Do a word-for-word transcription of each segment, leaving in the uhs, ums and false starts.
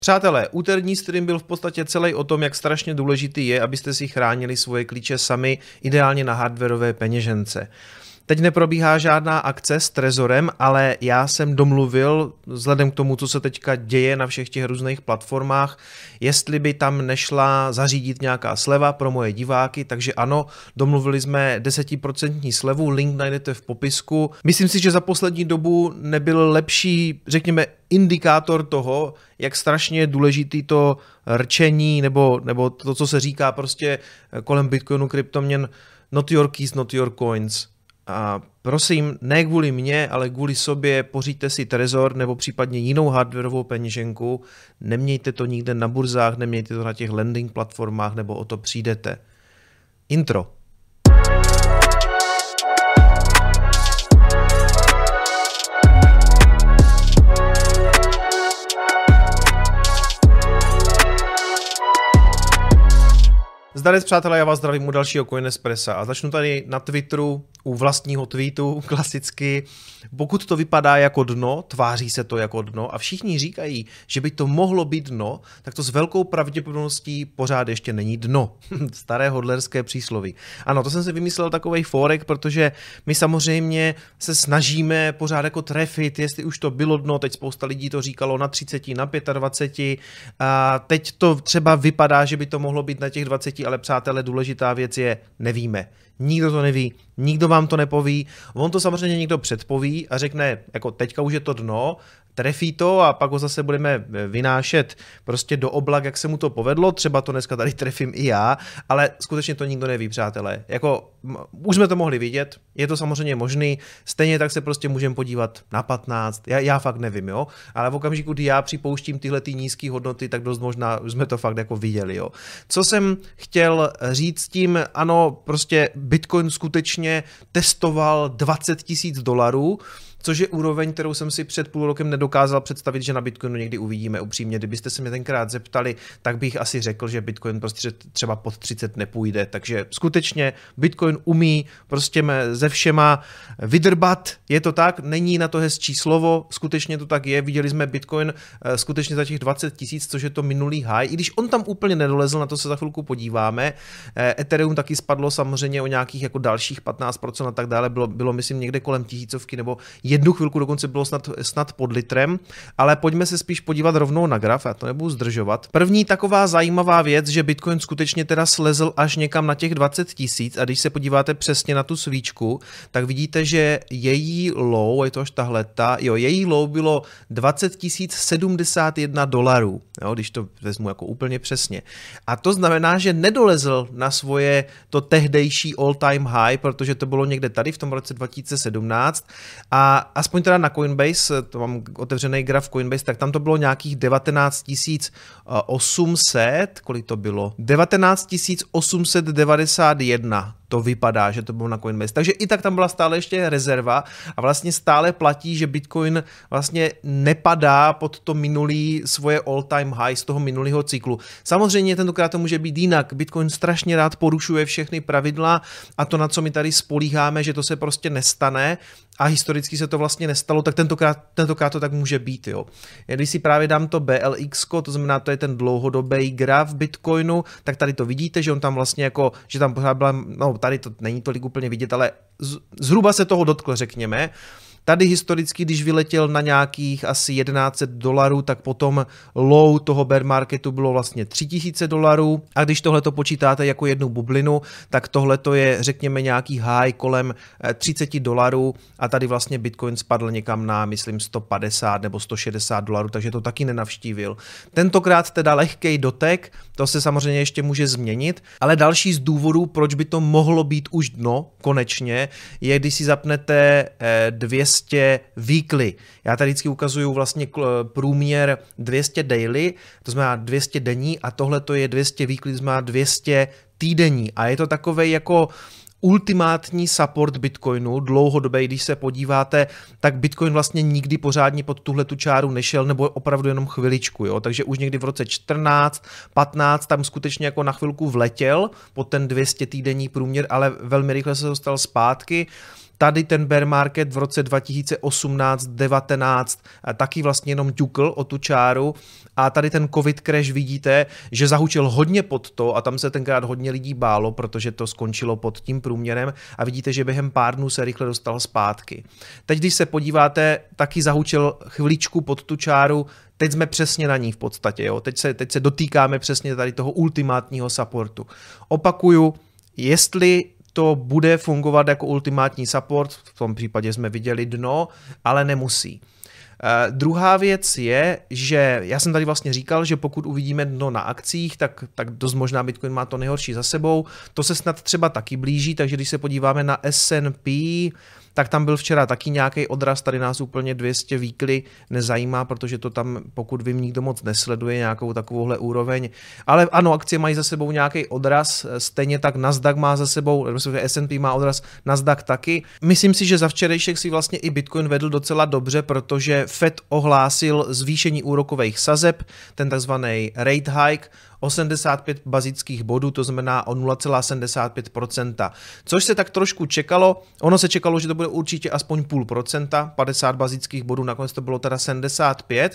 Přátelé, úterní stream byl v podstatě celý o tom, jak strašně důležitý je, abyste si chránili svoje klíče sami, ideálně na hardwareové peněžence. Teď neprobíhá žádná akce s Trezorem, ale já jsem domluvil, vzhledem k tomu, co se teďka děje na všech těch různých platformách, jestli by tam nešla zařídit nějaká sleva pro moje diváky, takže ano, domluvili jsme desetiprocentní slevu, link najdete v popisku. Myslím si, že za poslední dobu nebyl lepší, řekněme, indikátor toho, jak strašně je důležitý to rčení, nebo, nebo to, co se říká prostě kolem Bitcoinu, kryptoměn, not your keys, not your coins. A prosím, ne kvůli mně, ale kvůli sobě pořiďte si Trezor nebo případně jinou hardwareovou peněženku, nemějte to nikde na burzách, nemějte to na těch lending platformách, nebo o to přijdete. Intro. Zdarec, přátelé, já vás zdravím u dalšího Coinespressa a začnu tady na Twitteru u vlastního tweetu, klasicky. Pokud to vypadá jako dno, tváří se to jako dno a všichni říkají, že by to mohlo být dno, tak to s velkou pravděpodobností pořád ještě není dno. Staré hodlerské přísloví. Ano, to jsem si vymyslel takovej fórek, protože my samozřejmě se snažíme pořád jako trefit, jestli už to bylo dno, teď spousta lidí to říkalo na třiceti, na dvaceti pěti, a teď to třeba vypadá, že by to mohlo být na těch dvaceti, ale přátelé, důležitá věc je, nevíme. Nikdo to neví, nikdo vám to nepoví, on to samozřejmě někdo předpoví a řekne, jako teďka už je to dno, trefí to a pak ho zase budeme vynášet prostě do oblak, jak se mu to povedlo, třeba to dneska tady trefím i já, ale skutečně to nikdo neví, přátelé. Jako, už jsme to mohli vidět, je to samozřejmě možný, stejně tak se prostě můžeme podívat na patnáct, já, já fakt nevím, jo, ale v okamžiku, kdy já připouštím tyhle ty nízké hodnoty, tak dost možná už jsme to fakt jako viděli, jo. Co jsem chtěl říct tím, ano, prostě Bitcoin skutečně testoval dvacet tisíc dolarů, což je úroveň, kterou jsem si před půl rokem nedokázal představit, že na Bitcoinu někdy uvidíme. Upřímně, kdybyste se mě tenkrát zeptali, tak bych asi řekl, že Bitcoin prostě třeba pod třicet nepůjde. Takže skutečně Bitcoin umí prostě ze všema vydrbat. Je to tak, není na to hezčí slovo, skutečně to tak je. Viděli jsme Bitcoin skutečně za těch dvacet tisíc, což je to minulý high. I když on tam úplně nedolezl, na to se za chvilku podíváme. Ethereum taky spadlo samozřejmě o nějakých jako dalších patnáct procent a tak dále. Bylo, bylo myslím někde kolem tisícovky nebo jednu chvilku dokonce bylo snad, snad pod litrem, ale pojďme se spíš podívat rovnou na graf, já to nebudu zdržovat. První taková zajímavá věc, že Bitcoin skutečně teda slezl až někam na těch dvacet tisíc a když se podíváte přesně na tu svíčku, tak vidíte, že její low, je to až tahleta, jo, její low bylo dvacet tisíc sedmdesát jedna dolarů, jo, když to vezmu jako úplně přesně. A to znamená, že nedolezl na svoje to tehdejší all time high, protože to bylo někde tady v tom roce dva tisíce sedmnáct a aspoň teda na Coinbase, to mám otevřený graf Coinbase, tak tam to bylo nějakých devatenáct tisíc osm set, kolik to bylo? devatenáct tisíc osm set devadesát jedna. To vypadá, že to bylo na Coinbase. Takže i tak tam byla stále ještě rezerva a vlastně stále platí, že Bitcoin vlastně nepadá pod to minulý svoje all time high z toho minulého cyklu. Samozřejmě tentokrát to může být jinak. Bitcoin strašně rád porušuje všechny pravidla a to, na co my tady spolíháme, že to se prostě nestane a historicky se to vlastně nestalo, tak tentokrát, tentokrát to tak může být. Jo. Když si právě dám to B L X, to znamená, to je ten dlouhodobý graf Bitcoinu, tak tady to vidíte, že on tam vlastně jako, že tam pořád byla, no tady to není tolik úplně vidět, ale zhruba se toho dotkl, řekněme. Tady historicky, když vyletěl na nějakých asi jedenáct set dolarů, tak potom low toho bear marketu bylo vlastně tři tisíce dolarů a když tohle to počítáte jako jednu bublinu, tak tohle to je, řekněme, nějaký high kolem třicet dolarů a tady vlastně Bitcoin spadl někam na, myslím, sto padesát nebo sto šedesát dolarů, takže to taky nenavštívil. Tentokrát teda lehkej dotek, to se samozřejmě ještě může změnit, ale další z důvodů, proč by to mohlo být už dno, konečně, je, když si zapnete dvě stě weekly. Já tady vždycky ukazuju vlastně průměr dvě stě daily, to znamená dvě stě denní a tohle to je dvě stě weekly, to znamená dvě stě týdenní a je to takovej jako ultimátní support Bitcoinu, dlouhodobě, když se podíváte, tak Bitcoin vlastně nikdy pořádně pod tuhle tu čáru nešel, nebo opravdu jenom chviličku, jo? Takže už někdy v roce čtrnáct, patnáct tam skutečně jako na chvilku vletěl pod ten dvě stě týdenní průměr, ale velmi rychle se dostal zpátky. tady ten bear market v roce dva tisíce osmnáct devatenáct taky vlastně jenom ťukl o tu čáru a tady ten covid crash vidíte, že zahučil hodně pod to a tam se tenkrát hodně lidí bálo, protože to skončilo pod tím průměrem a vidíte, že během pár dnů se rychle dostal zpátky. Teď, když se podíváte, taky zahučil chviličku pod tu čáru, teď jsme přesně na ní v podstatě, jo? Teď, se, teď se dotýkáme přesně tady toho ultimátního supportu. Opakuju, jestli to bude fungovat jako ultimátní support, v tom případě jsme viděli dno, ale nemusí. Uh, druhá věc je, že já jsem tady vlastně říkal, že pokud uvidíme dno na akcích, tak, tak dost možná Bitcoin má to nejhorší za sebou. To se snad třeba taky blíží, takže když se podíváme na S and P, tak tam byl včera taky nějaký odraz, tady nás úplně dvě stě weekly nezajímá, protože to tam, pokud vím, nikdo moc nesleduje nějakou takovouhle úroveň. Ale ano, akcie mají za sebou nějaký odraz, stejně tak Nasdaq má za sebou, respektive S and P má odraz, Nasdaq taky. Myslím si, že za včerejšek si vlastně i Bitcoin vedl docela dobře, protože Fed ohlásil zvýšení úrokových sazeb, ten takzvaný rate hike, osmdesát pět bazických bodů, to znamená o nula celá sedmdesát pět procenta. Což se tak trošku čekalo, ono se čekalo, že to bude určitě aspoň půl procenta, padesát bazických bodů, nakonec to bylo teda sedmdesát pět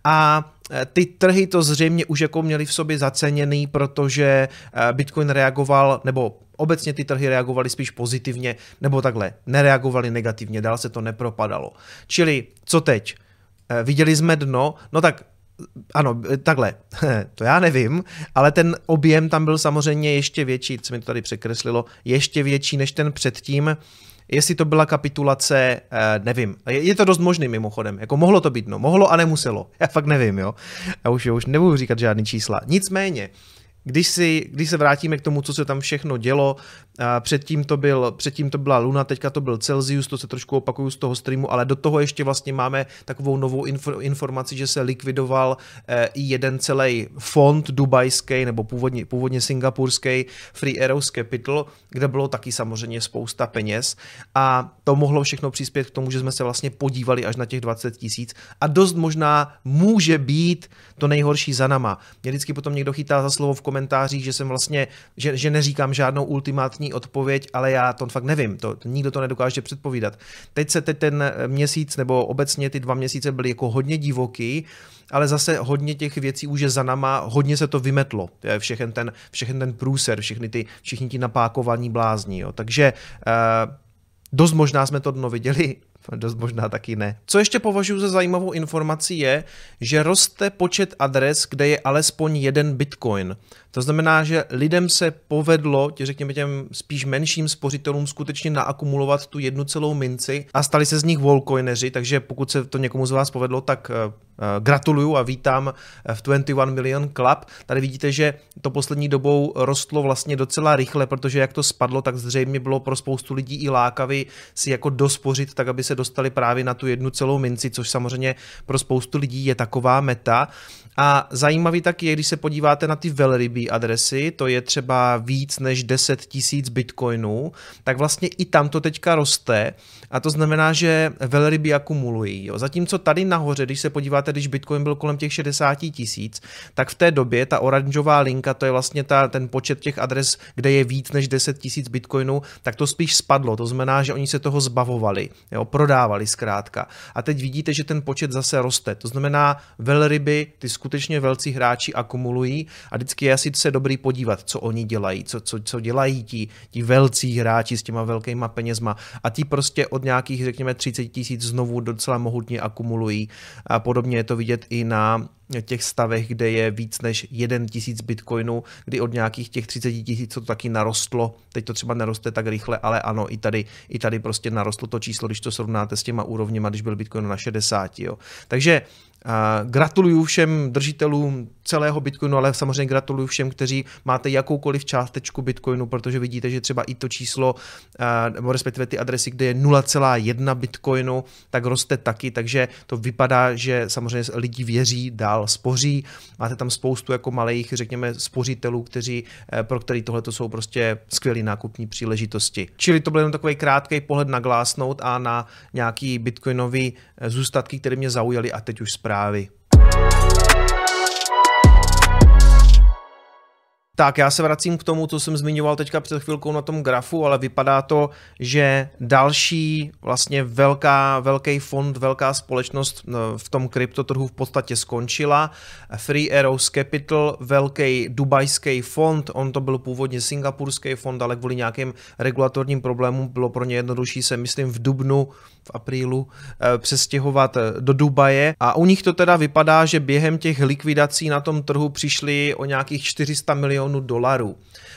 a ty trhy to zřejmě už jako měly v sobě zaceněný, protože Bitcoin reagoval, nebo obecně ty trhy reagovaly spíš pozitivně, nebo takhle, nereagovaly negativně, dál se to nepropadalo. Čili co teď? Viděli jsme dno, no tak ano, takhle, to já nevím, ale ten objem tam byl samozřejmě ještě větší, co mi to tady překreslilo, ještě větší než ten předtím. Jestli to byla kapitulace, nevím. Je to dost možný mimochodem, jako mohlo to být, no, mohlo a nemuselo, já fakt nevím, jo. Já už, já už nebudu říkat žádný čísla. Nicméně, Když, si, když se vrátíme k tomu, co se tam všechno dělo, předtím to, byl, předtím to byla Luna, teďka to byl Celsius, to se trošku opakuju z toho streamu, ale do toho ještě vlastně máme takovou novou informaci, že se likvidoval i jeden celý fond dubajský nebo původně, původně singapurský Free Arrows Capital, kde bylo taky samozřejmě spousta peněz a to mohlo všechno přispět k tomu, že jsme se vlastně podívali až na těch dvacet tisíc a dost možná může být to nejhorší za nama. Mě vždycky potom někdo chytá za slovo v komentářích, že jsem vlastně, že, že neříkám žádnou ultimátní odpověď, ale já to fakt nevím, to, to nikdo to nedokáže předpovídat. Teď se teď ten měsíc nebo obecně ty dva měsíce byly jako hodně divoký, ale zase hodně těch věcí už je za nama, hodně se to vymetlo, všechen ten, všechen ten průser, všechny ty, všichni ti napákovaní blázni, jo. Takže uh, dost možná jsme to dno viděli, dost možná taky ne. Co ještě považuji za zajímavou informaci je, že roste počet adres, kde je alespoň jeden bitcoin. To znamená, že lidem se povedlo, tě řekněme těm spíš menším spořitelům skutečně naakumulovat tu jednu celou minci a stali se z nich wallcoineři, takže pokud se to někomu z vás povedlo, tak uh, gratuluju a vítám v dvacet jedna Million Club. Tady vidíte, že to poslední dobou rostlo vlastně docela rychle, protože jak to spadlo, tak zřejmě bylo pro spoustu lidí i lákavý si jako dospořit, tak aby se dostali právě na tu jednu celou minci, což samozřejmě pro spoustu lidí je taková meta. A zajímavý taky je, když se podíváte na ty velrybí adresy, to je třeba víc než deset tisíc bitcoinů, tak vlastně i tam to teďka roste a to znamená, že velryby akumulují. Jo. Zatímco tady nahoře, když se podíváte, když bitcoin byl kolem těch šedesát tisíc, tak v té době ta oranžová linka, to je vlastně ta, ten počet těch adres, kde je víc než deset tisíc bitcoinů, tak to spíš spadlo. To znamená, že oni se toho zbavovali, jo, prodávali zkrátka. A teď vidíte, že ten počet zase roste. To znamená, velryby, ty skutečně velcí hráči akumulují a vždycky je asi se dobrý podívat, co oni dělají, co, co, co dělají ti, ti velcí hráči s těma velkýma penězma a ti prostě od nějakých, řekněme, třicet tisíc znovu docela mohutně akumulují a podobně je to vidět i na těch stavech, kde je víc než jeden tisíc bitcoinů, kdy od nějakých těch třicet tisíc to taky narostlo, teď to třeba neroste tak rychle, ale ano, i tady, i tady prostě narostlo to číslo, když to srovnáte s těma úrovněma, když byl bitcoin na šedesát. Jo. Takže Uh, gratuluju všem držitelům celého bitcoinu, ale samozřejmě gratuluju všem, kteří máte jakoukoliv částečku bitcoinu, protože vidíte, že třeba i to číslo, uh, nebo respektive ty adresy, kde je nula celá jedna bitcoinu, tak roste taky, takže to vypadá, že samozřejmě lidi věří, dál spoří. Máte tam spoustu jako malých, řekněme, spořitelů, kteří, uh, pro který tohle jsou prostě skvělé nákupní příležitosti. Čili to byl jenom takový krátký pohled na Glassnode a na nějaký bitcoinový zůstatky, které mě zaujaly a teď už zprávy. Tak já se vracím k tomu, co jsem zmiňoval teďka před chvilkou na tom grafu, ale vypadá to, že další vlastně velká, velký fond, velká společnost v tom kryptotrhu v podstatě skončila. Three Arrows Capital, velký dubajský fond, on to byl původně singapurský fond, ale kvůli nějakým regulatorním problémům bylo pro ně jednodušší se, myslím, v dubnu, v aprílu přestěhovat do Dubaje. A u nich to teda vypadá, že během těch likvidací na tom trhu přišli o nějakých čtyři sta milionů dolarů.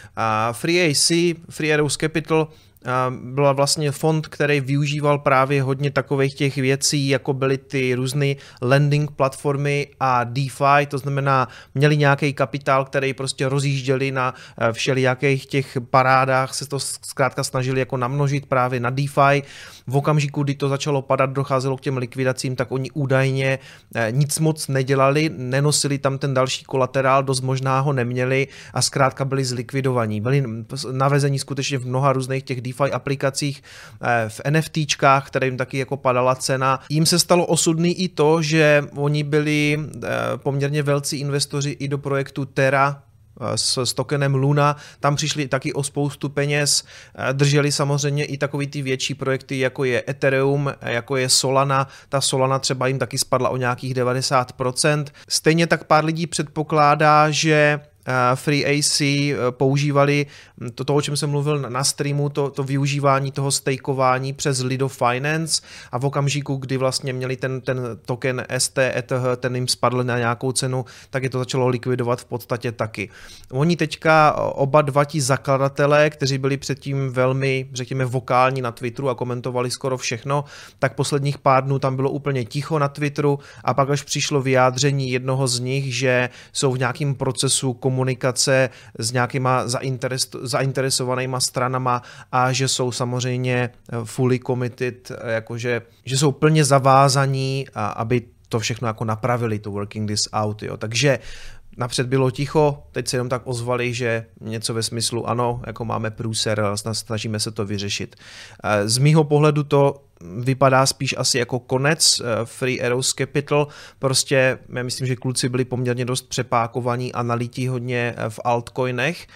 A Three A C, Three Arrows Capital, byla vlastně fond, který využíval právě hodně takových těch věcí, jako byly ty různé lending platformy a DeFi, to znamená, měli nějaký kapitál, který prostě rozjížděli na všelijakých těch parádách, se to zkrátka snažili jako namnožit právě na DeFi. V okamžiku, kdy to začalo padat, docházelo k těm likvidacím, tak oni údajně nic moc nedělali, nenosili tam ten další kolaterál, dost možná ho neměli a zkrátka byli zlikvidovaní. Byli navezení skutečně v mnoha různých těch DeFi aplikacích, v NFTčkách, kterým taky jako padala cena. Jím se stalo osudný i to, že oni byli poměrně velcí investoři i do projektu Terra, s, s tokenem Luna, tam přišli taky o spoustu peněz, drželi samozřejmě i takový ty větší projekty, jako je Ethereum, jako je Solana, ta Solana třeba jim taky spadla o nějakých devadesát procent. Stejně tak pár lidí předpokládá, že Three A C používali to, to, o čem jsem mluvil na streamu, to, to využívání toho stakeování přes Lido Finance a v okamžiku, kdy vlastně měli ten, ten token S T E T H, ten jim spadl na nějakou cenu, tak je to začalo likvidovat v podstatě taky. Oni teďka oba dva ti zakladatelé, kteří byli předtím velmi, řekněme, vokální na Twitteru a komentovali skoro všechno, tak posledních pár dnů tam bylo úplně ticho na Twitteru a pak až přišlo vyjádření jednoho z nich, že jsou v nějakém procesu komunikace s nějakýma zainteres, zainteresovanýma stranama a že jsou samozřejmě fully committed, jakože že jsou plně zavázaní, a aby to všechno jako napravili, to working this out. Jo. Takže napřed bylo ticho, teď se jenom tak ozvali, že něco ve smyslu ano, jako máme průser, snažíme se to vyřešit. Z mýho pohledu to vypadá spíš asi jako konec Three Arrows Capital, prostě já myslím, že kluci byli poměrně dost přepákovaní a nalití hodně v altcoinech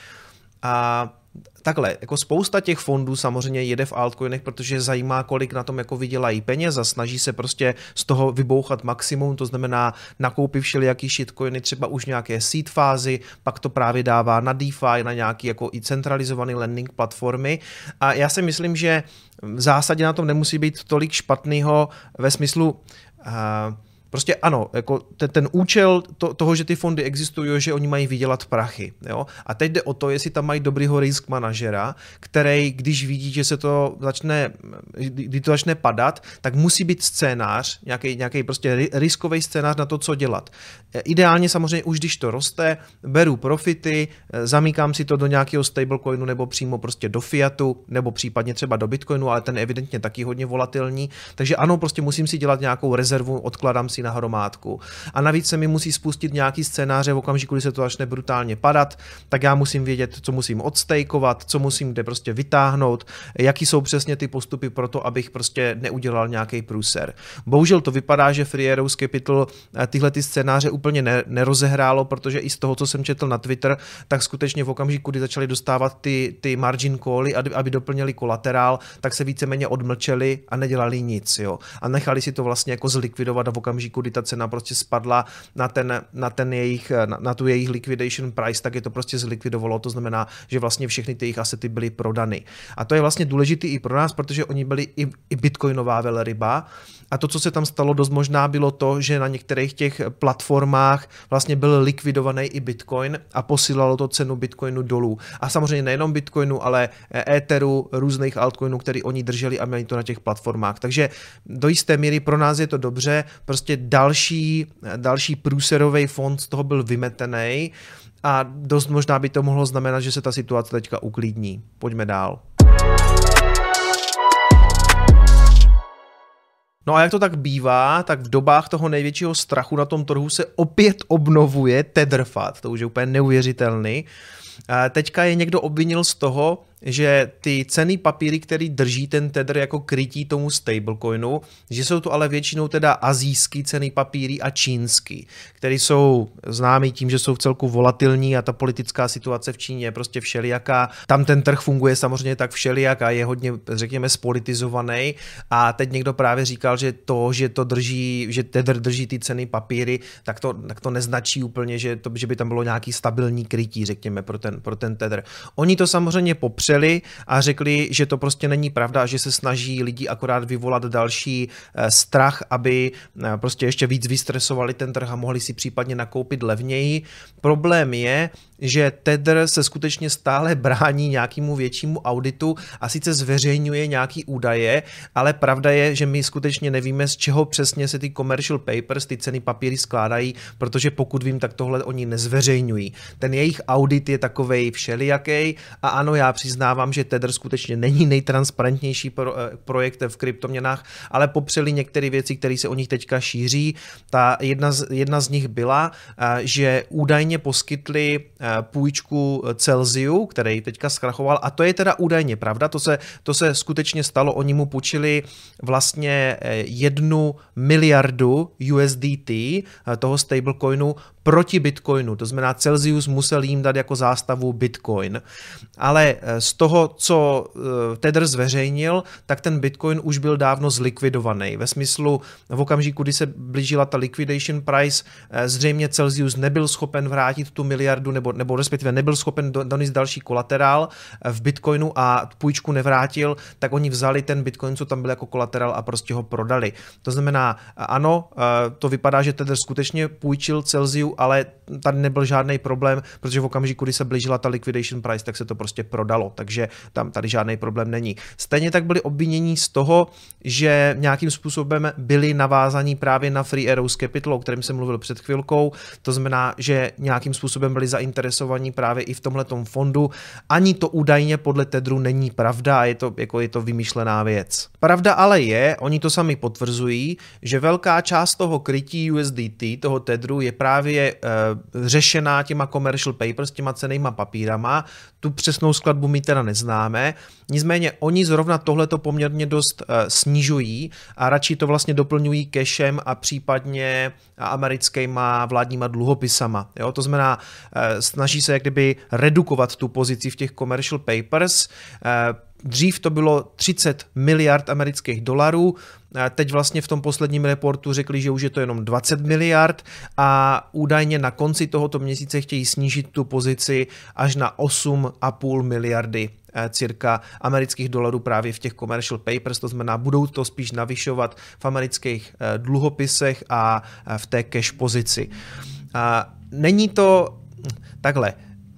a takhle, jako spousta těch fondů samozřejmě jede v altcoinech, protože zajímá, kolik na tom jako vydělají peněz a snaží se prostě z toho vybouchat maximum, to znamená nakoupit všelijaký shitcoiny třeba už nějaké seed fázi, pak to právě dává na DeFi, na nějaký jako i centralizovaný lending platformy a já si myslím, že v zásadě na tom nemusí být tolik špatného ve smyslu uh, prostě ano, jako ten, ten účel to, toho, že ty fondy existují, že oni mají vydělat prachy. Jo? A teď jde o to, jestli tam mají dobrýho risk manažera, který, když vidí, že se to začne, kdy to začne padat, tak musí být scénář, nějaký, nějaký prostě riskový scénář na to, co dělat. Ideálně samozřejmě už když to roste, beru profity, zamíkám si to do nějakého stablecoinu nebo přímo prostě do fiatu, nebo případně třeba do bitcoinu, ale ten je evidentně taky hodně volatilní. Takže ano, prostě musím si dělat nějakou rezervu, odkladám si na hromádku. A navíc se mi musí spustit nějaký scénáře v okamžiku, kdy se to začne brutálně padat, tak já musím vědět, co musím odstejkovat, co musím kde prostě vytáhnout, jaký jsou přesně ty postupy pro to, abych prostě neudělal nějaký průser. Bohužel to vypadá, že Three Arrows Capital tyhle ty scénáře úplně nerozehrálo, protože i z toho, co jsem četl na Twitter, tak skutečně v okamžiku, kdy začali dostávat ty, ty margin cally, aby doplnili kolaterál, tak se víceméně odmlčeli a nedělali nic. Jo? A nechali si to vlastně jako zlikvidovat a v okamžiku, kdy ta cena prostě spadla na, ten, na, ten jejich, na, na tu jejich liquidation price, tak je to prostě zlikvidovalo, to znamená, že vlastně všechny ty jejich asety byly prodany. A to je vlastně důležitý i pro nás, protože oni byli i, i bitcoinová velryba a to, co se tam stalo, dost možná bylo to, že na některých těch platformách vlastně byl likvidovaný i bitcoin a posílalo to cenu bitcoinu dolů. A samozřejmě nejenom bitcoinu, ale Etheru, různých altcoinů, který oni drželi a měli to na těch platformách. Takže do jisté míry pro nás je to dobře, prostě další, další průserový fond z toho byl vymetený a dost možná by to mohlo znamenat, že se ta situace teďka uklidní. Pojďme dál. No a jak to tak bývá, tak v dobách toho největšího strachu na tom trhu se opět obnovuje Tetherfat, to už je úplně neuvěřitelný. Teďka je někdo obvinil z toho, že ty cenný papíry, který drží ten Tether jako krytí tomu stablecoinu, že jsou to ale většinou teda asijský cenný papíry a čínský, které jsou známý tím, že jsou v celku volatilní a ta politická situace v Číně je prostě všelijaká. Tam ten trh funguje samozřejmě tak všelijak a je hodně, řekněme, spolitizovaný. A teď někdo právě říkal, že to, že to drží, že Tether drží ty cenný papíry, tak to, tak to neznačí úplně, že, to, že by tam bylo nějaký stabilní krytí, řekněme, pro ten, pro ten Tether. Oni to samozřejmě popřeli a řekli, že to prostě není pravda, že se snaží lidi akorát vyvolat další strach, aby prostě ještě víc vystresovali ten trh a mohli si případně nakoupit levněji. Problém je, že Tether se skutečně stále brání nějakému většímu auditu a sice zveřejňuje nějaký údaje, ale pravda je, že my skutečně nevíme, z čeho přesně se ty commercial papers, ty cenný papíry skládají, protože pokud vím, tak tohle oni nezveřejňují. Ten jejich audit je takovej všelijaký a ano, já přiznávám, že Tether skutečně není nejtransparentnější pro, projekt v kryptoměnách, ale popřeli některé věci, které se o nich teďka šíří. Ta jedna z, jedna z nich byla, že údajně poskytli půjčku Celsiu, který teďka zkrachoval, a to je teda údajně pravda, to se, to se skutečně stalo, oni mu půjčili vlastně jednu miliardu U S D T toho stablecoinu proti Bitcoinu, to znamená Celsius musel jim dát jako zástavu Bitcoin, ale z toho, co Tether zveřejnil, tak ten Bitcoin už byl dávno zlikvidovaný, ve smyslu v okamžiku, kdy se blížila ta liquidation price, zřejmě Celsius nebyl schopen vrátit tu miliardu, nebo, nebo respektive nebyl schopen donést další kolaterál v Bitcoinu a půjčku nevrátil, tak oni vzali ten Bitcoin, co tam byl jako kolaterál a prostě ho prodali. To znamená, ano, to vypadá, že Tether skutečně půjčil Celsiu, ale tady nebyl žádný problém, protože v okamžiku, kdy se blížila ta liquidation price, tak se to prostě prodalo, takže tam tady žádný problém není. Stejně tak byli obvinění z toho, že nějakým způsobem byli navázaní právě na Three Arrows Capital, o kterém jsem mluvil před chvilkou, to znamená, že nějakým způsobem byli zainteresovaní právě i v tomhletom fondu. Ani to údajně podle Tetheru není pravda a je to, jako je to vymyšlená věc. Pravda ale je, oni to sami potvrzují, že velká část toho krytí U S D T, toho Tetheru, je právě e, řešená těma commercial papers, těma cennýma papírama. Tu přesnou skladbu my teda neznáme. Nicméně oni zrovna tohleto poměrně dost e, snižují a radši to vlastně doplňují cashem a případně americkýma vládníma dluhopisama. Jo? To znamená, e, snaží se jak kdyby redukovat tu pozici v těch commercial papers. E, Dřív to bylo třicet miliard amerických dolarů, teď vlastně v tom posledním reportu řekli, že už je to jenom dvacet miliard a údajně na konci tohoto měsíce chtějí snížit tu pozici až na osm a půl miliardy cirka amerických dolarů právě v těch commercial papers, to znamená, budou to spíš navyšovat v amerických dluhopisech a v té cash pozici. Není to takhle.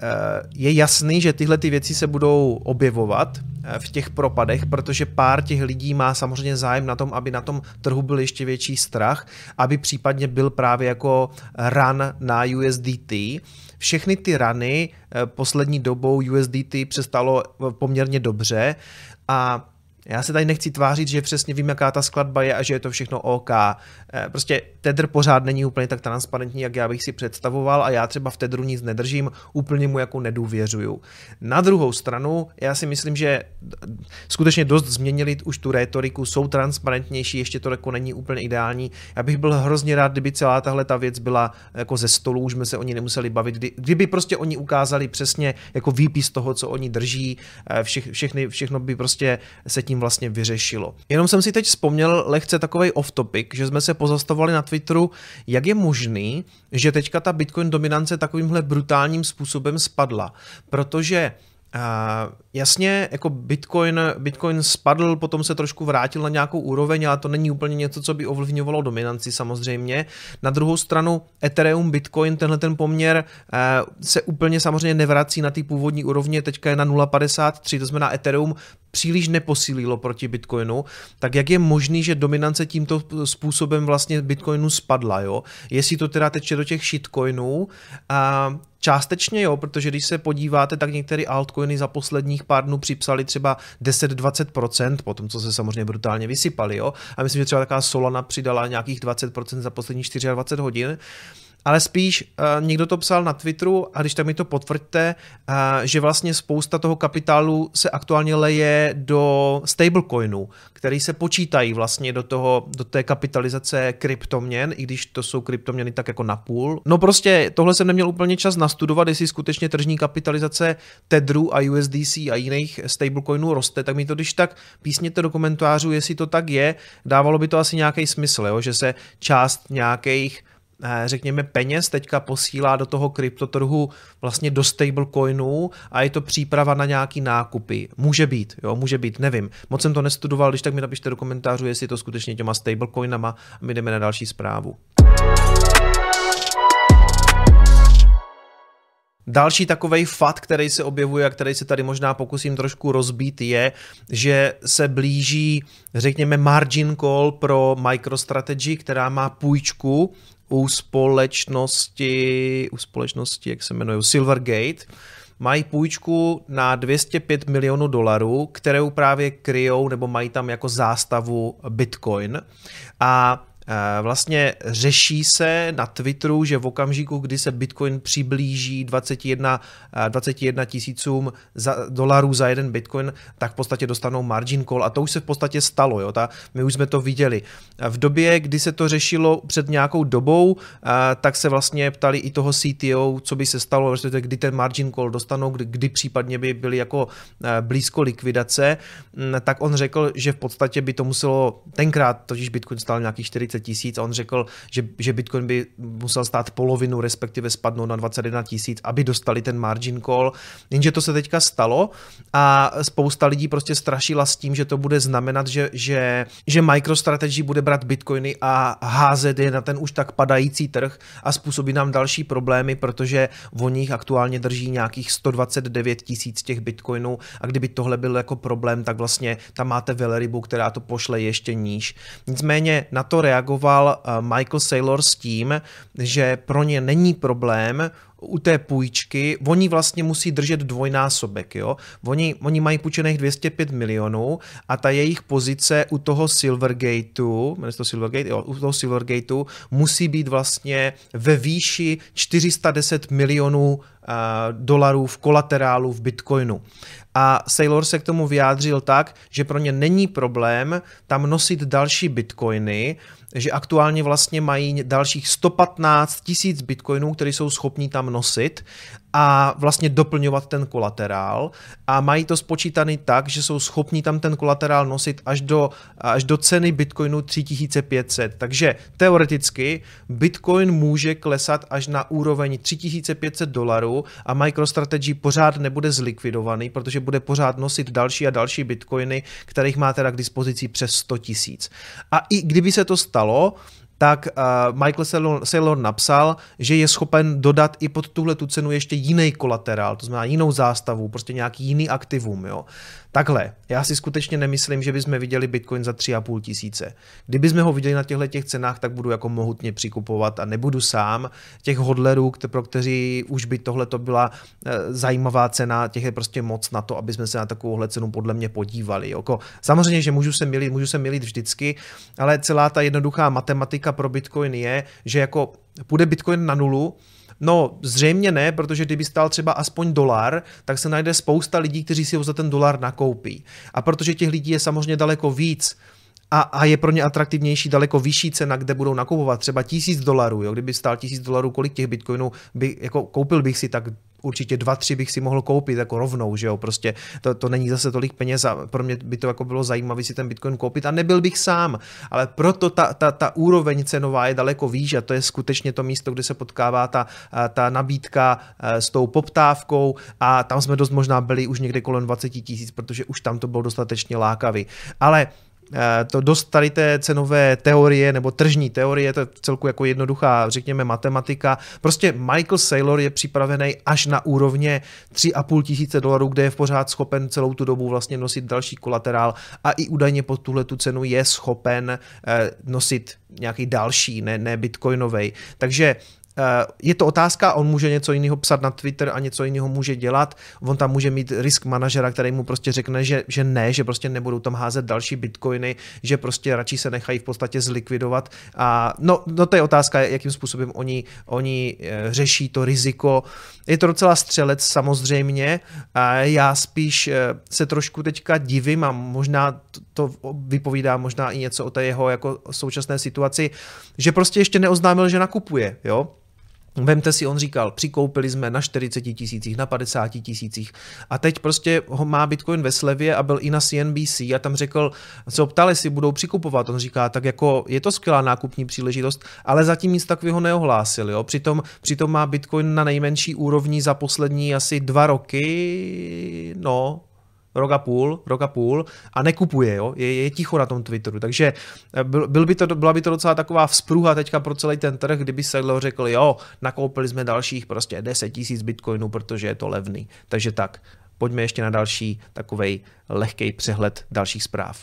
Je jasný, že tyhle ty věci se budou objevovat v těch propadech, protože pár těch lidí má samozřejmě zájem na tom, aby na tom trhu byl ještě větší strach, aby případně byl právě jako run na U S D T. Všechny ty runy poslední dobou U S D T přestalo poměrně dobře a já se tady nechci tvářit, že přesně vím, jaká ta skladba je a že je to všechno OK. Prostě Tether pořád není úplně tak transparentní, jak já bych si představoval a já třeba v Tetheru nic nedržím, úplně mu jako nedůvěřuju. Na druhou stranu, já si myslím, že skutečně dost změnili už tu rétoriku, jsou transparentnější, ještě to jako není úplně ideální. Já bych byl hrozně rád, kdyby celá tahle ta věc byla jako ze stolu, už jsme se o ní nemuseli bavit, kdy, kdyby prostě oni ukázali přesně jako výpis toho, co oni drží, vše, všechny, všechno by prostě se tím vlastně vyřešilo. Jenom jsem si teď vzpomněl lehce takovej off-topic, že jsme se pozastavovali na Twitteru, jak je možný, že teďka ta Bitcoin dominance takovýmhle brutálním způsobem spadla, protože Uh, jasně, jako Bitcoin, Bitcoin spadl, potom se trošku vrátil na nějakou úroveň, ale to není úplně něco, co by ovlivňovalo dominanci samozřejmě. Na druhou stranu Ethereum, Bitcoin, tenhle ten poměr uh, se úplně samozřejmě nevrací na ty původní úrovně, teďka je na nula celá padesát tři, to znamená Ethereum příliš neposílilo proti Bitcoinu, tak jak je možný, že dominance tímto způsobem vlastně Bitcoinu spadla, jo? Jestli to teda teče do těch shitcoinů, a částečně jo, protože když se podíváte, tak některé altcoiny za posledních pár dnů připsali třeba deset až dvacet procent, potom co se samozřejmě brutálně vysypali, jo? A myslím, že třeba taková Solana přidala nějakých dvacet procent za posledních dvacet čtyři hodin. ale spíš uh, někdo to psal na Twitteru a když tak mi to potvrďte, uh, že vlastně spousta toho kapitálu se aktuálně leje do stablecoinů, který se počítají vlastně do toho, do té kapitalizace kryptoměn, i když to jsou kryptoměny tak jako napůl. No prostě tohle jsem neměl úplně čas nastudovat, jestli skutečně tržní kapitalizace Tethru a U S D C a jiných stablecoinů roste, tak mi to když tak písněte do komentářů, jestli to tak je, dávalo by to asi nějaký smysl, jo? Že se část nějakých řekněme peněz teďka posílá do toho kryptotrhu vlastně do stablecoinů a je to příprava na nějaký nákupy. Může být, jo, může být, nevím. Moc jsem to nestudoval, když tak mi napište do komentářů, jestli to skutečně těma stablecoinama a my jdeme na další zprávu. Další takovej fakt, který se objevuje a který se tady možná pokusím trošku rozbít, je, že se blíží, řekněme, margin call pro MicroStrategy, která má půjčku u společnosti, u společnosti, jak se jmenují, Silvergate. Mají půjčku na dvě stě pět milionů dolarů, kterou právě kryjou nebo mají tam jako zástavu Bitcoin. A vlastně řeší se na Twitteru, že v okamžiku, kdy se Bitcoin přiblíží dvacet jedna tisícům dolarů za jeden Bitcoin, tak v podstatě dostanou margin call a to už se v podstatě stalo. Jo? Ta, my už jsme to viděli. V době, kdy se to řešilo před nějakou dobou, tak se vlastně ptali i toho C T O, co by se stalo, kdy ten margin call dostanou, kdy, kdy případně by byli jako blízko likvidace, tak on řekl, že v podstatě by to muselo, tenkrát totiž Bitcoin stál nějakých čtyřicet tisíc a on řekl, že, že Bitcoin by musel stát polovinu, respektive spadnout na dvacet jedna tisíc, aby dostali ten margin call. Jenže to se teďka stalo a spousta lidí prostě strašila s tím, že to bude znamenat, že, že, že MicroStrategy bude brát Bitcoiny a házet je na ten už tak padající trh a způsobí nám další problémy, protože o nich aktuálně drží nějakých sto dvacet devět tisíc těch Bitcoinů a kdyby tohle byl jako problém, tak vlastně tam máte velrybu, která to pošle ještě níž. Nicméně na to reagoval Michael Saylor s tím, že pro ně není problém u té půjčky, oni vlastně musí držet dvojnásobek, jo. Oni, oni mají půjčených dvě stě pět milionů a ta jejich pozice u toho Silvergateu, jmenuje se to Silvergate, jo, u toho Silvergateu musí být vlastně ve výši čtyři sta deset milionů uh, dolarů v kolaterálu v Bitcoinu. A Saylor se k tomu vyjádřil tak, že pro ně není problém tam nosit další bitcoiny, že aktuálně vlastně mají dalších sto patnáct tisíc bitcoinů, které jsou schopní tam nosit a vlastně doplňovat ten kolaterál a mají to spočítaný tak, že jsou schopní tam ten kolaterál nosit až do, až do ceny bitcoinu tři tisíce pět set. Takže teoreticky bitcoin může klesat až na úroveň tři tisíce pět set dolarů a MicroStrategy pořád nebude zlikvidovaný, protože bude pořád nosit další a další bitcoiny, kterých má teda k dispozici přes sto tisíc. A i kdyby se to stalo, tak uh, Michael Saylor, Saylor napsal, že je schopen dodat i pod tuhle tu cenu ještě jiný kolaterál, to znamená jinou zástavu, prostě nějaký jiný aktivum. Jo. Takhle, já si skutečně nemyslím, že bychom viděli Bitcoin za tři a půl tisíce. Kdybychom ho viděli na těchto těch cenách, tak budu jako mohutně přikupovat a nebudu sám. Těch hodlerů, pro kteří už by tohle to byla e, zajímavá cena, těch je prostě moc na to, aby jsme se na takovouhle cenu podle mě podívali. Jako, samozřejmě, že můžu se milit, můžu se milit vždycky, ale celá ta jednoduchá matematika pro Bitcoin je, že jako půjde Bitcoin na nulu. No zřejmě ne, protože kdyby stál třeba aspoň dolar, tak se najde spousta lidí, kteří si ho za ten dolar nakoupí. A protože těch lidí je samozřejmě daleko víc a, a je pro ně atraktivnější daleko vyšší cena, kde budou nakupovat třeba tisíc dolarů, jo? Kdyby stál tisíc dolarů, kolik těch bitcoinů by, jako koupil bych si, tak určitě dva, tři bych si mohl koupit jako rovnou, že jo, prostě to, to není zase tolik peněz a pro mě by to jako bylo zajímavé si ten Bitcoin koupit a nebyl bych sám, ale proto ta, ta, ta úroveň cenová je daleko výš a to je skutečně to místo, kde se potkává ta, ta nabídka s tou poptávkou a tam jsme dost možná byli už někde kolem dvacet tisíc, protože už tam to bylo dostatečně lákavý, ale to dost tady té cenové teorie nebo tržní teorie, to je celku jako jednoduchá, řekněme, matematika. Prostě Michael Saylor je připravený až na úrovně tři a půl tisíce dolarů, kde je v pořád schopen celou tu dobu vlastně nosit další kolaterál a i údajně pod tuhle tu cenu je schopen nosit nějaký další, ne, ne bitcoinovej. Takže Je to otázka, on může něco jiného psat na Twitter a něco jiného může dělat, on tam může mít risk manažera, který mu prostě řekne, že, že ne, že prostě nebudou tam házet další bitcoiny, že prostě radši se nechají v podstatě zlikvidovat a no, no to je otázka, jakým způsobem oni, oni řeší to riziko. Je to docela střelec samozřejmě a já spíš se trošku teďka divím a možná to vypovídá možná i něco o té jeho jako současné situaci, že prostě ještě neoznámil, že nakupuje, jo. Vemte si, on říkal, přikoupili jsme na čtyřicet tisících, na padesát tisících a teď prostě ho má Bitcoin ve slevě a byl i na C N B C a tam řekl, se ho ptali, jestli budou přikupovat, on říká, tak jako je to skvělá nákupní příležitost, ale zatím nic takového neohlásil, jo? Přitom, přitom má Bitcoin na nejmenší úrovni za poslední asi dva roky, no, rok a půl, rok a půl a nekupuje, jo? Je, je ticho na tom Twitteru, takže byl, byl by to, byla by to docela taková vzpruha teďka pro celý ten trh, kdyby Saylor řekl, jo, nakoupili jsme dalších prostě deset tisíc bitcoinů, protože je to levný. Takže tak, pojďme ještě na další takovej lehkej přehled dalších zpráv.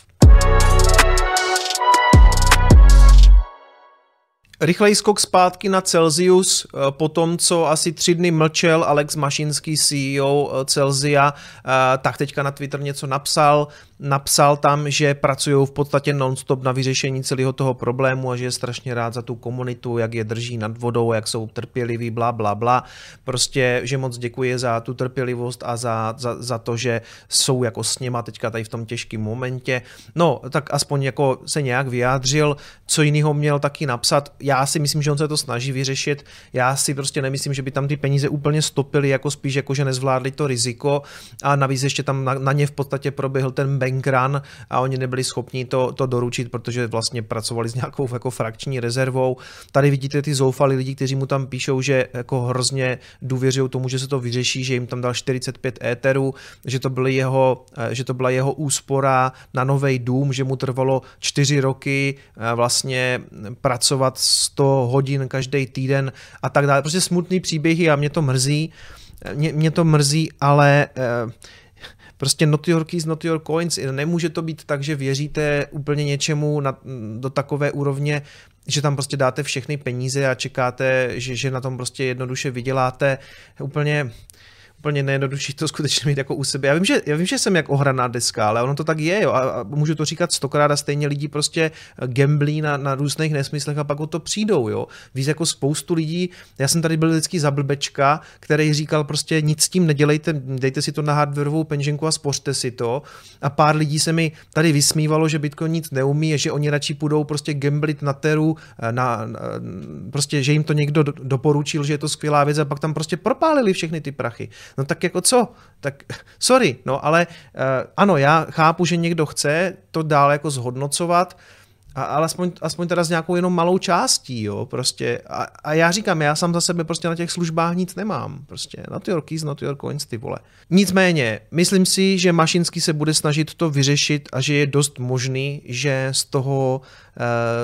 Rychlej skok zpátky na Celsius po tom, co asi tři dny mlčel Alex Mašinský, C E O Celsia, tak teďka na Twitter něco napsal. Napsal tam, že pracují v podstatě non-stop na vyřešení celého toho problému a že je strašně rád za tu komunitu, jak je drží nad vodou, jak jsou trpěliví, bla, bla, bla. Prostě, že moc děkuje za tu trpělivost a za, za, za to, že jsou jako s něma teďka tady v tom těžkém momentě. No, tak aspoň jako se nějak vyjádřil, co jiného měl taky napsat. Já si myslím, že on se to snaží vyřešit. Já si prostě nemyslím, že by tam ty peníze úplně stopily, jako spíš jako, že nezvládli to riziko a navíc ještě tam na, na ně v podstatě proběhl ten bank run a oni nebyli schopni to, to doručit, protože vlastně pracovali s nějakou jako frakční rezervou. Tady vidíte ty zoufalí lidi, kteří mu tam píšou, že jako hrozně důvěřují tomu, že se to vyřeší, že jim tam dal čtyřicet pět éterů, že to, byly jeho, že to byla jeho úspora na nový dům, že mu trvalo čtyři roky vlastně pracovat sto hodin každý týden a tak dále. Prostě smutný příběhy a mě to mrzí. Mě, mě to mrzí, ale eh, prostě not your keys, not your coins. Nemůže to být tak, že věříte úplně něčemu na, do takové úrovně, že tam prostě dáte všechny peníze a čekáte, že, že na tom prostě jednoduše vyděláte. Úplně... úplně nejjednodušší to skutečně mít jako u sebe. Já vím, že, já vím, že jsem jak ohraná deska, ale ono to tak je, jo, a, a můžu to říkat stokrát a stejně lidi prostě gamblí na, na různých nesmyslech a pak o to přijdou, jo. Víš, jako spoustu lidí, já jsem tady byl vždycky za blbečka, který říkal prostě nic s tím nedělejte, dejte si to na hardwareovou peněženku a spořte si to a pár lidí se mi tady vysmívalo, že Bitcoin nic neumí, že oni radši půjdou prostě gamblit na Teru, na, na, prostě, že jim to někdo doporučil, že je to skvělá věc a pak tam prostě propálili všechny ty prachy. No tak jako co? Tak sorry, no ale uh, ano, já chápu, že někdo chce to dál jako zhodnocovat, a, ale aspoň, aspoň teda s nějakou jenom malou částí, jo, prostě. A, a já říkám, já sám za sebe prostě na těch službách nic nemám, prostě not your keys, not your coins, ty vole. Nicméně, myslím si, že Mašinský se bude snažit to vyřešit a že je dost možný, že z toho uh,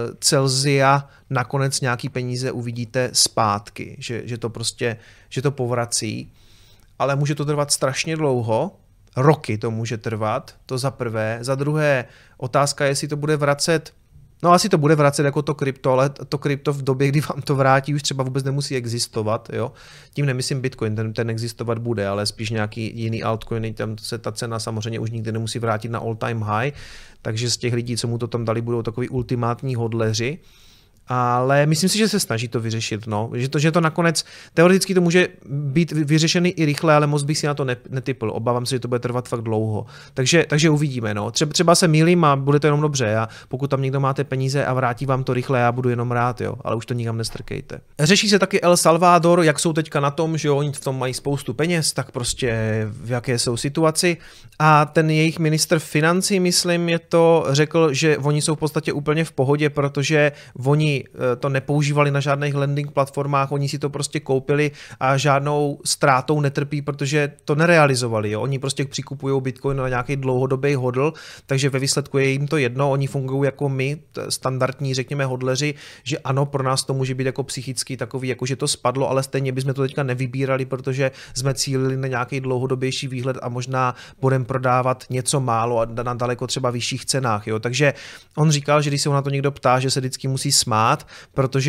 Celsia nakonec nějaký peníze uvidíte zpátky, že, že to prostě, že to povrací. Ale může to trvat strašně dlouho, roky to může trvat, to za prvé. Za druhé, otázka je, jestli to bude vracet, no asi to bude vracet jako to krypto, ale to krypto v době, kdy vám to vrátí, už třeba vůbec nemusí existovat, jo. Tím nemyslím Bitcoin, ten, ten existovat bude, ale spíš nějaký jiný altcoiny, tam se ta cena samozřejmě už nikdy nemusí vrátit na all time high, takže z těch lidí, co mu to tam dali, budou takový ultimátní hodleři. Ale myslím si, že se snaží to vyřešit, no. Že to, že to nakonec, teoreticky to může být vyřešený i rychle, ale moc bych si na to netypl. Obávám se, že to bude trvat fakt dlouho. Takže, takže uvidíme, no. Třeba, třeba se mýlím a bude to jenom dobře. A pokud tam někdo máte peníze a vrátí vám to rychle, já budu jenom rád, jo. Ale už to nikam nestrkejte. Řeší se taky El Salvador, jak jsou teďka na tom, že oni v tom mají spoustu peněz, tak prostě v jaké jsou situaci. A ten jejich ministr financí, myslím, je to, řekl, že oni jsou v podstatě úplně v pohodě, protože oni to nepoužívali na žádných lending platformách, oni si to prostě koupili a žádnou ztrátou netrpí, protože to nerealizovali. Jo? Oni prostě přikupují Bitcoin na nějaký dlouhodobý hodl, takže ve výsledku je jim to jedno, oni fungují jako my, standardní, řekněme, hodleři, že ano, pro nás to může být jako psychicky takový, jako že to spadlo, ale stejně bychom to teďka nevybírali, protože jsme cílili na nějaký dlouhodobější výhled a možná budeme prodávat něco málo a na daleko třeba vyšších cenách. Jo? Takže on říkal, že když se ho na to někdo ptá, že se vždycky musí smát, protože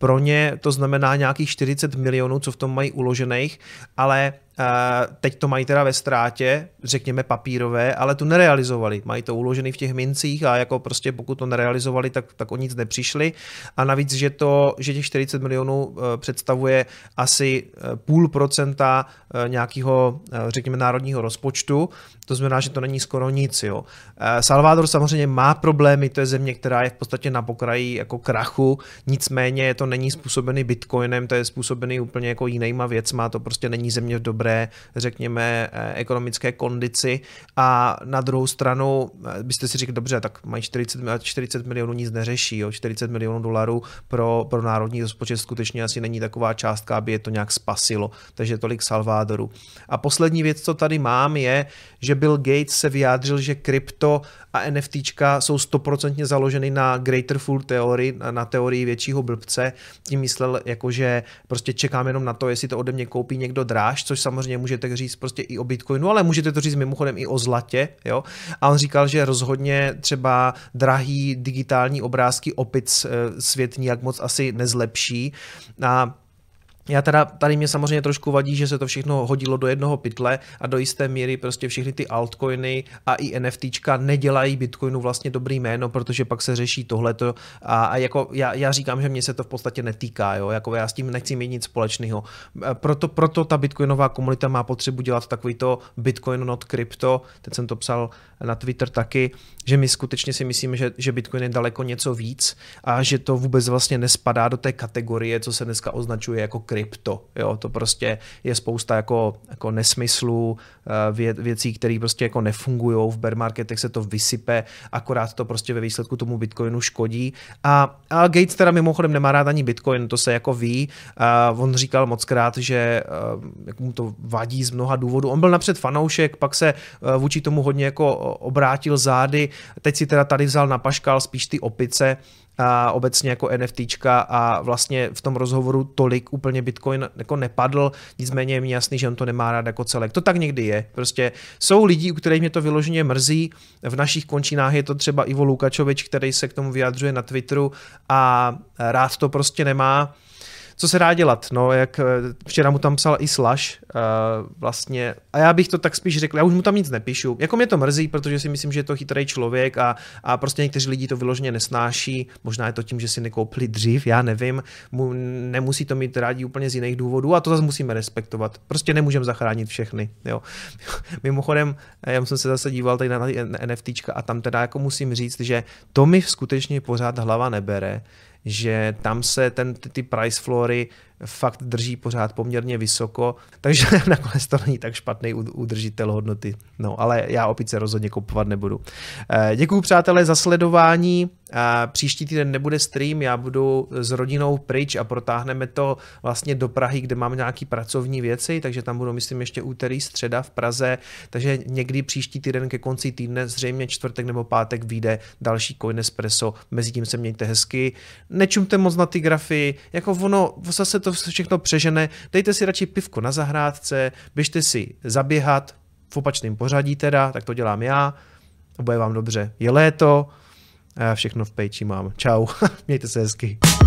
pro ně to znamená nějakých čtyřicet milionů, co v tom mají uložených, ale teď to mají teda ve ztrátě, řekněme papírové, ale to nerealizovali. Mají to uložený v těch mincích a jako prostě pokud to nerealizovali, tak, tak o nic nepřišli. A navíc, že, to, že těch čtyřicet milionů představuje asi půl procenta nějakého, řekněme, národního rozpočtu, to znamená, že to není skoro nic. Jo. Salvador samozřejmě má problémy, to je země, která je v podstatě na pokraji jako krachu, nicméně to není způsobený bitcoinem, to je způsobený úplně jako jinýma věcma, to prostě není země v dobré, řekněme, ekonomické kondici a na druhou stranu byste si řekli, dobře, tak mají čtyřicet, čtyřicet milionů, nic neřeší, jo. čtyřicet milionů dolarů pro, pro národní rozpočet skutečně asi není taková částka, aby je to nějak spasilo, takže tolik Salvadoru. A poslední věc, co tady mám, je, že Bill Gates se vyjádřil, že krypto a NFTčka jsou stoprocentně založeny na Greater Fool teorii, na teorii většího blbce. Tím myslel, jakože prostě čekám jenom na to, jestli to ode mě koupí někdo dráž, což samozřejmě můžete říct prostě i o Bitcoinu, ale můžete to říct mimochodem i o zlatě. Jo? A on říkal, že rozhodně třeba drahý digitální obrázky opic svět nijak moc asi nezlepší. A já teda, tady mě samozřejmě trošku vadí, že se to všechno hodilo do jednoho pytle a do jisté míry prostě všechny ty altcoiny a i NFTčka nedělají Bitcoinu vlastně dobrý jméno, protože pak se řeší tohleto a, a jako já, já říkám, že mě se to v podstatě netýká, jo? Jako já s tím nechci mít nic společného. Proto, proto ta bitcoinová komunita má potřebu dělat takovýto Bitcoin not crypto, teď jsem to psal na Twitter taky, že my skutečně si myslíme, že, že Bitcoin je daleko něco víc a že to vůbec vlastně nespadá do té kategorie, co se dneska označuje jako krypto. Jo, to prostě je spousta jako, jako nesmyslů, vě, věcí, které prostě jako nefungují, v bear marketech se to vysype, akorát to prostě ve výsledku tomu Bitcoinu škodí. A, a Gates teda mimochodem nemá rád ani Bitcoin, to se jako ví. A on říkal mockrát, že jak mu to vadí z mnoha důvodů. On byl napřed fanoušek, pak se vůči tomu hodně jako obrátil zády, teď si teda tady vzal na paškal spíš ty opice, a obecně jako NFTčka a vlastně v tom rozhovoru tolik úplně Bitcoin jako nepadl, nicméně je mi jasný, že on to nemá rád jako celek. To tak někdy je. Prostě jsou lidi, u kterých mě to vyloženě mrzí. V našich končinách je to třeba Ivo Lukačovič, který se k tomu vyjadřuje na Twitteru a rád to prostě nemá. Co se dá dělat? No, jak včera mu tam psal i Slash, uh, vlastně, a já bych to tak spíš řekl, já už mu tam nic nepíšu. Jako mě to mrzí, protože si myslím, že je to chytrý člověk a, a prostě někteří lidi to vyloženě nesnáší, možná je to tím, že si nekoupili dřív, já nevím, mu, nemusí to mít rádi úplně z jiných důvodů a to zase musíme respektovat. Prostě nemůžeme zachránit všechny, jo. Mimochodem, já jsem se zase díval tady na, na NFTčka a tam teda jako musím říct, že to mi skutečně pořád hlava nebere, že tam se ten, ty, ty price floory fakt drží pořád poměrně vysoko, takže nakonec to není tak špatný udržitel hodnoty. No, ale já opice rozhodně kupovat nebudu. Děkuju, přátelé, za sledování. Příští týden nebude stream, já budu s rodinou pryč a protáhneme to vlastně do Prahy, kde mám nějaký pracovní věci, takže tam budu, myslím, ještě úterý, středa v Praze, takže někdy příští týden ke konci týdne, zřejmě čtvrtek nebo pátek vyjde další Coinespresso, mezitím se mějte hezky, nečumte moc na ty grafy, jako ono zase to všechno přežene, dejte si radši pivko na zahrádce, běžte si zaběhat, v opačném pořadí teda, tak to dělám já, a bude vám dobře. Je léto, a já všechno v péči mám. Čau, mějte se hezky.